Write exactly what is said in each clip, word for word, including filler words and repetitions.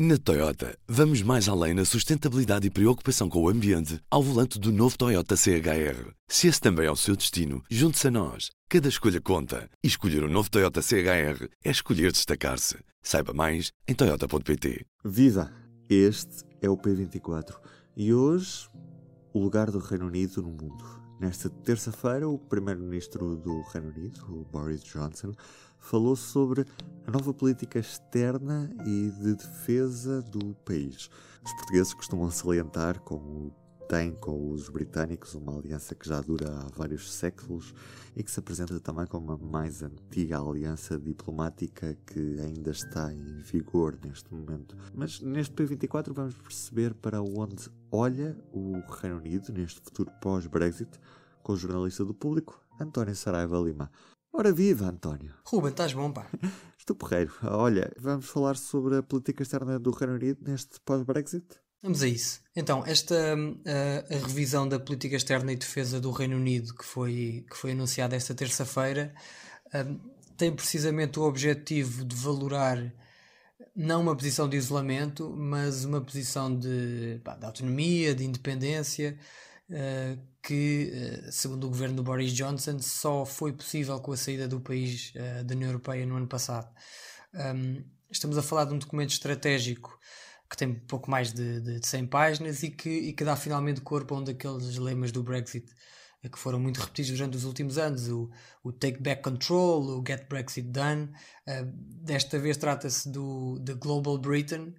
Na Toyota, vamos mais além na sustentabilidade e preocupação com o ambiente ao volante do novo Toyota C H R. Se esse também é o seu destino, junte-se a nós. Cada escolha conta. E escolher o novo Toyota C H R é escolher destacar-se. Saiba mais em toyota ponto pt. Viva! Este é o P vinte e quatro e hoje o lugar do Reino Unido no mundo. Nesta terça-feira, o primeiro-ministro do Reino Unido, o Boris Johnson, falou sobre a nova política externa e de defesa do país. Os portugueses costumam salientar como têm com os britânicos uma aliança que já dura há vários séculos e que se apresenta também como a mais antiga aliança diplomática que ainda está em vigor neste momento. Mas neste P vinte e quatro vamos perceber para onde olha o Reino Unido neste futuro pós-Brexit com o jornalista do Público, António Saraiva Lima. Ora viva, António! Ruben, estás bom, pá? Estou porreiro. Olha, vamos falar sobre a política externa do Reino Unido neste pós-Brexit? Vamos a isso. Então, esta a, a revisão da política externa e defesa do Reino Unido que foi, que foi anunciada esta terça-feira um, tem precisamente o objetivo de valorar não uma posição de isolamento, mas uma posição de, pá, de autonomia, de independência, uh, que, uh, segundo o governo do Boris Johnson, só foi possível com a saída do país uh, da União Europeia no ano passado. Um, estamos a falar de um documento estratégico que tem pouco mais de, de, de cem páginas e que, e que dá finalmente corpo a um daqueles lemas do Brexit que foram muito repetidos durante os últimos anos, o, o Take Back Control, o Get Brexit Done. Uh, desta vez trata-se do de Global Britain,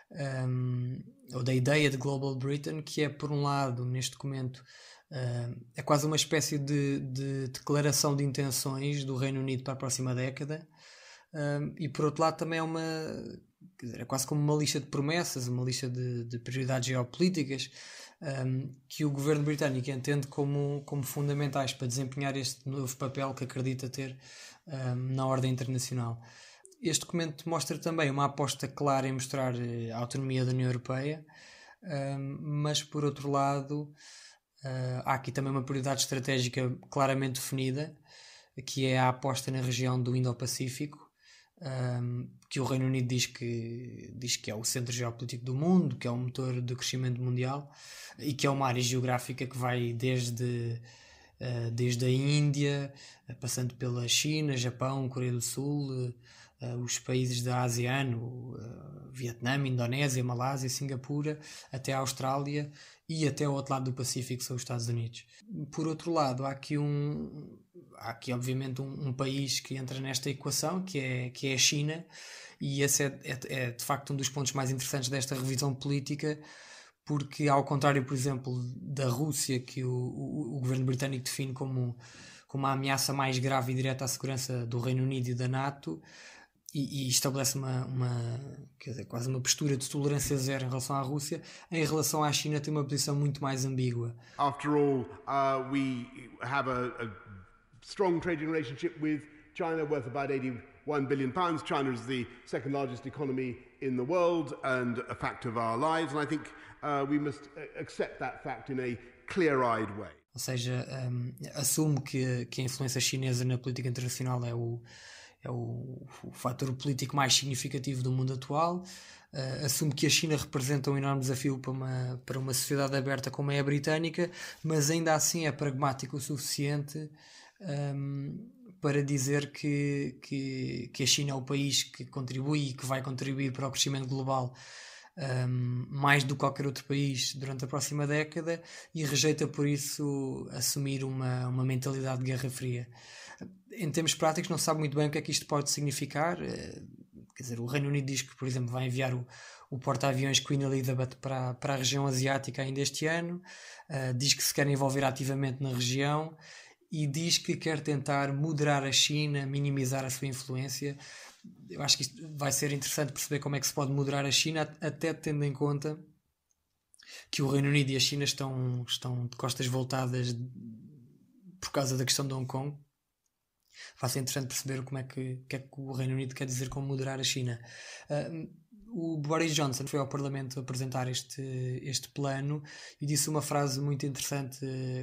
um, ou da ideia de Global Britain, que é, por um lado, neste documento, uh, é quase uma espécie de, de declaração de intenções do Reino Unido para a próxima década, um, e por outro lado também é uma... Quer dizer, é quase como uma lista de promessas, uma lista de, de prioridades geopolíticas um, que o governo britânico entende como, como fundamentais para desempenhar este novo papel que acredita ter um, na ordem internacional. Este documento mostra também uma aposta clara em mostrar a autonomia da União Europeia, um, mas por outro lado uh, há aqui também uma prioridade estratégica claramente definida, que é a aposta na região do Indo-Pacífico, Um, que o Reino Unido diz que, diz que é o centro geopolítico do mundo, que é o motor do crescimento mundial e que é uma área geográfica que vai desde, uh, desde a Índia, uh, passando pela China, Japão, Coreia do Sul, uh, uh, os países da ASEAN, o, uh, Vietnã, Indonésia, Malásia, Singapura, até a Austrália e até ao outro lado do Pacífico, que são os Estados Unidos. Por outro lado, há aqui um... Há aqui, obviamente, um, um país que entra nesta equação, que é, que é a China, e esse é, é, é, de facto, um dos pontos mais interessantes desta revisão política, porque, ao contrário, por exemplo, da Rússia, que o, o, o governo britânico define como, como a ameaça mais grave e direta à segurança do Reino Unido e da NATO, e, e estabelece uma, uma, quer dizer, quase uma postura de tolerância zero em relação à Rússia, em relação à China tem uma posição muito mais ambígua. After all, uh, we have a, a strong trading relationship with China worth about eighty-one billion pounds. China is the second largest economy in the world and a fact of our lives, and I think uh, we must accept that fact in a clear-eyed way. Ou seja, um, assume que, que a influência chinesa na política internacional é o, é o, o fator político mais significativo do mundo atual. Uh, assume que a China representa um enorme desafio para uma, para uma sociedade aberta como é a britânica, mas ainda assim é pragmático o suficiente Um, para dizer que, que, que a China é o país que contribui e que vai contribuir para o crescimento global um, mais do que qualquer outro país durante a próxima década, e rejeita por isso assumir uma, uma mentalidade de Guerra Fria. Em termos práticos não se sabe muito bem o que é que isto pode significar. Quer dizer, o Reino Unido diz que, por exemplo, vai enviar o, o porta-aviões Queen Elizabeth para, para a região asiática ainda este ano, uh, diz que se quer envolver ativamente na região e diz que quer tentar moderar a China, minimizar a sua influência. Eu acho que isto vai ser interessante perceber como é que se pode moderar a China, até tendo em conta que o Reino Unido e a China estão, estão de costas voltadas por causa da questão de Hong Kong. Vai ser interessante perceber como é que, que, é que o Reino Unido quer dizer com moderar a China. Uh, o Boris Johnson foi ao Parlamento apresentar este, este plano e disse uma frase muito interessante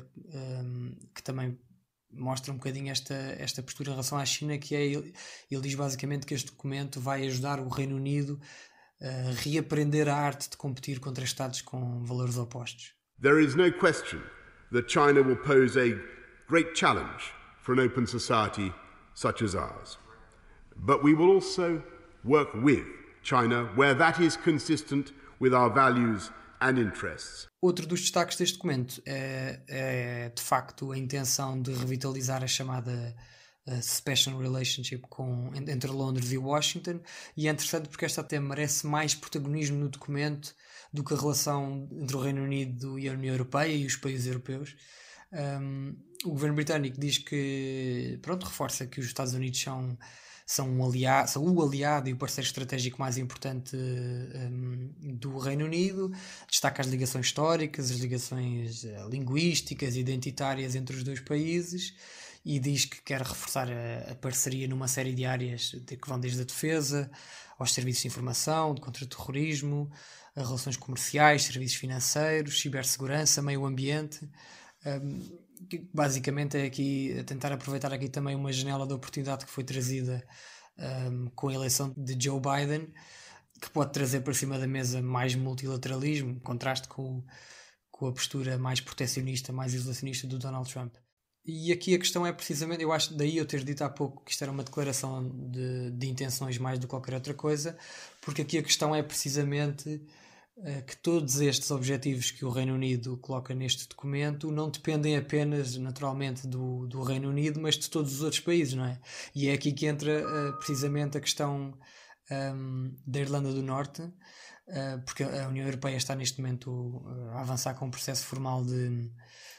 um, que também mostra um bocadinho esta, esta postura em relação à China, que é, ele, ele diz basicamente que este documento vai ajudar o Reino Unido uh, reaprender a arte de competir contra Estados com valores opostos. There is no question that China will pose a great challenge for an open society such as ours. But we will also work with China where that is consistent with our values and interests. Outro dos destaques deste documento é, é de facto a intenção de revitalizar a chamada uh, Special Relationship com, entre Londres e Washington, e é interessante porque esta até merece mais protagonismo no documento do que a relação entre o Reino Unido e a União Europeia e os países europeus. Um, o governo britânico diz que, pronto, reforça que os Estados Unidos são São, um aliado, são o aliado e o parceiro estratégico mais importante um, do Reino Unido, destaca as ligações históricas, as ligações uh, linguísticas e identitárias entre os dois países, e diz que quer reforçar a, a parceria numa série de áreas de, que vão desde a defesa aos serviços de informação, de contra-terrorismo, a relações comerciais, serviços financeiros, cibersegurança, meio ambiente. Um, que basicamente é aqui a tentar aproveitar aqui também uma janela de oportunidade que foi trazida um, com a eleição de Joe Biden, que pode trazer para cima da mesa mais multilateralismo, em contraste com, com a postura mais protecionista, mais isolacionista do Donald Trump. E aqui a questão é precisamente, eu acho daí eu ter dito há pouco que isto era uma declaração de, de intenções mais do que qualquer outra coisa, porque aqui a questão é precisamente que todos estes objetivos que o Reino Unido coloca neste documento não dependem apenas, naturalmente, do, do Reino Unido, mas de todos os outros países, não é? E é aqui que entra uh, precisamente a questão um, da Irlanda do Norte, uh, porque a União Europeia está neste momento uh, a avançar com um processo formal de,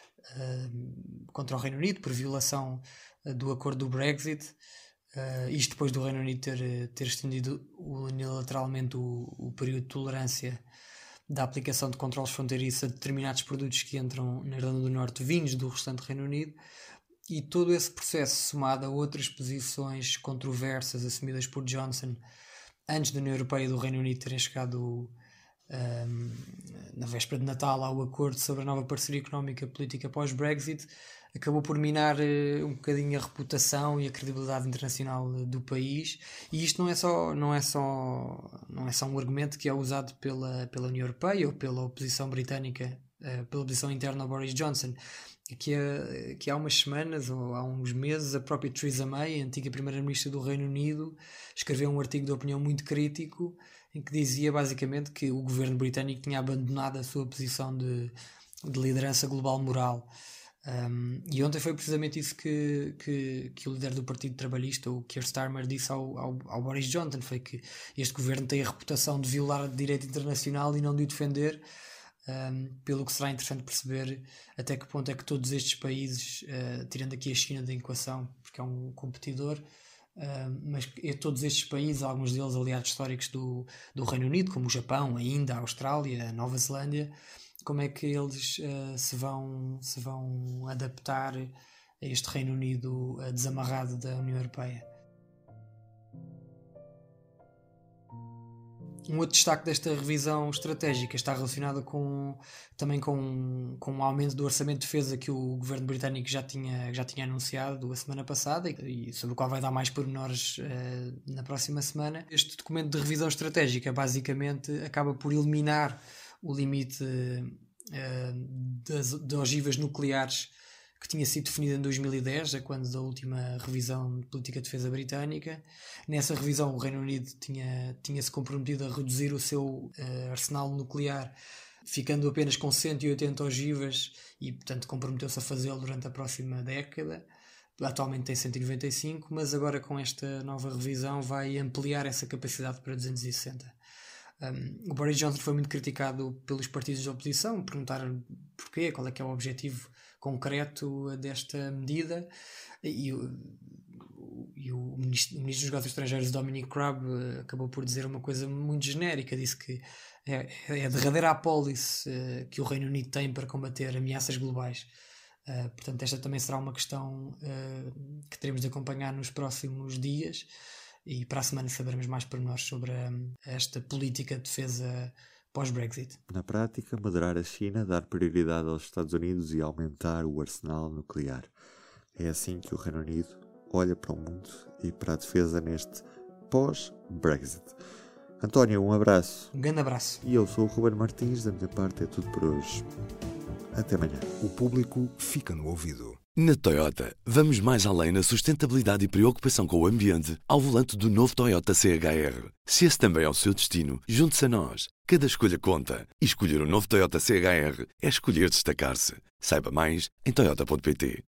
uh, contra o Reino Unido por violação uh, do acordo do Brexit. Uh, isto depois do Reino Unido ter, ter estendido unilateralmente o, o período de tolerância da aplicação de controles fronteiriços a determinados produtos que entram na Irlanda do Norte vindos do restante Reino Unido, e todo esse processo somado a outras posições controversas assumidas por Johnson antes da União Europeia e do Reino Unido terem chegado um, na véspera de Natal ao acordo sobre a nova parceria económica e política pós-Brexit, acabou por minar uh, um bocadinho a reputação e a credibilidade internacional uh, do país, e isto não é só não é só não é só um argumento que é usado pela pela União Europeia ou pela oposição britânica, uh, pela oposição interna ao Boris Johnson, que, uh, que há umas semanas ou há uns meses a própria Theresa May, a antiga primeira-ministra do Reino Unido, escreveu um artigo de opinião muito crítico em que dizia basicamente que o governo britânico tinha abandonado a sua posição de, de liderança global moral. Um, e ontem foi precisamente isso que, que, que o líder do Partido Trabalhista, o Keir Starmer, disse ao, ao, ao Boris Johnson, foi que este governo tem a reputação de violar o direito internacional e não de o defender, um, pelo que será interessante perceber até que ponto é que todos estes países, uh, tirando aqui a China da equação, porque é um competidor, uh, mas todos estes países, alguns deles aliados históricos do, do Reino Unido, como o Japão, a Índia, a Austrália, a Nova Zelândia, como é que eles uh, se, vão, se vão adaptar a este Reino Unido uh, desamarrado da União Europeia. Um outro destaque desta revisão estratégica está relacionado com, também com, com o aumento do orçamento de defesa que o governo britânico já tinha, já tinha anunciado a semana passada e, e sobre o qual vai dar mais pormenores uh, na próxima semana. Este documento de revisão estratégica basicamente acaba por eliminar o limite uh, das, das ogivas nucleares que tinha sido definido em dois mil e dez, a quando da última revisão de política de defesa britânica. Nessa revisão o Reino Unido tinha, tinha-se comprometido a reduzir o seu uh, arsenal nuclear, ficando apenas com cento e oitenta ogivas, e portanto comprometeu-se a fazê-lo durante a próxima década. Atualmente tem cento e noventa e cinco, mas agora com esta nova revisão vai ampliar essa capacidade para duzentos e sessenta. Um, o Boris Johnson foi muito criticado pelos partidos de oposição, perguntaram porquê, qual é que é o objetivo concreto desta medida, e o, e o, ministro, o ministro dos Negócios Estrangeiros, Dominic Raab, acabou por dizer uma coisa muito genérica. Disse que é, é a derradeira apólice uh, que o Reino Unido tem para combater ameaças globais. Uh, portanto, esta também será uma questão uh, que teremos de acompanhar nos próximos dias. E para a semana saberemos mais pormenores sobre um, esta política de defesa pós-Brexit. Na prática, moderar a China, dar prioridade aos Estados Unidos e aumentar o arsenal nuclear. É assim que o Reino Unido olha para o mundo e para a defesa neste pós-Brexit. António, um abraço. Um grande abraço. E eu sou o Ruben Martins, da minha parte é tudo por hoje. Até amanhã. O público fica no ouvido. Na Toyota, vamos mais além na sustentabilidade e preocupação com o ambiente ao volante do novo Toyota C H R. Se esse também é o seu destino, junte-se a nós. Cada escolha conta. E escolher o novo Toyota C H R é escolher destacar-se. Saiba mais em toyota ponto pt.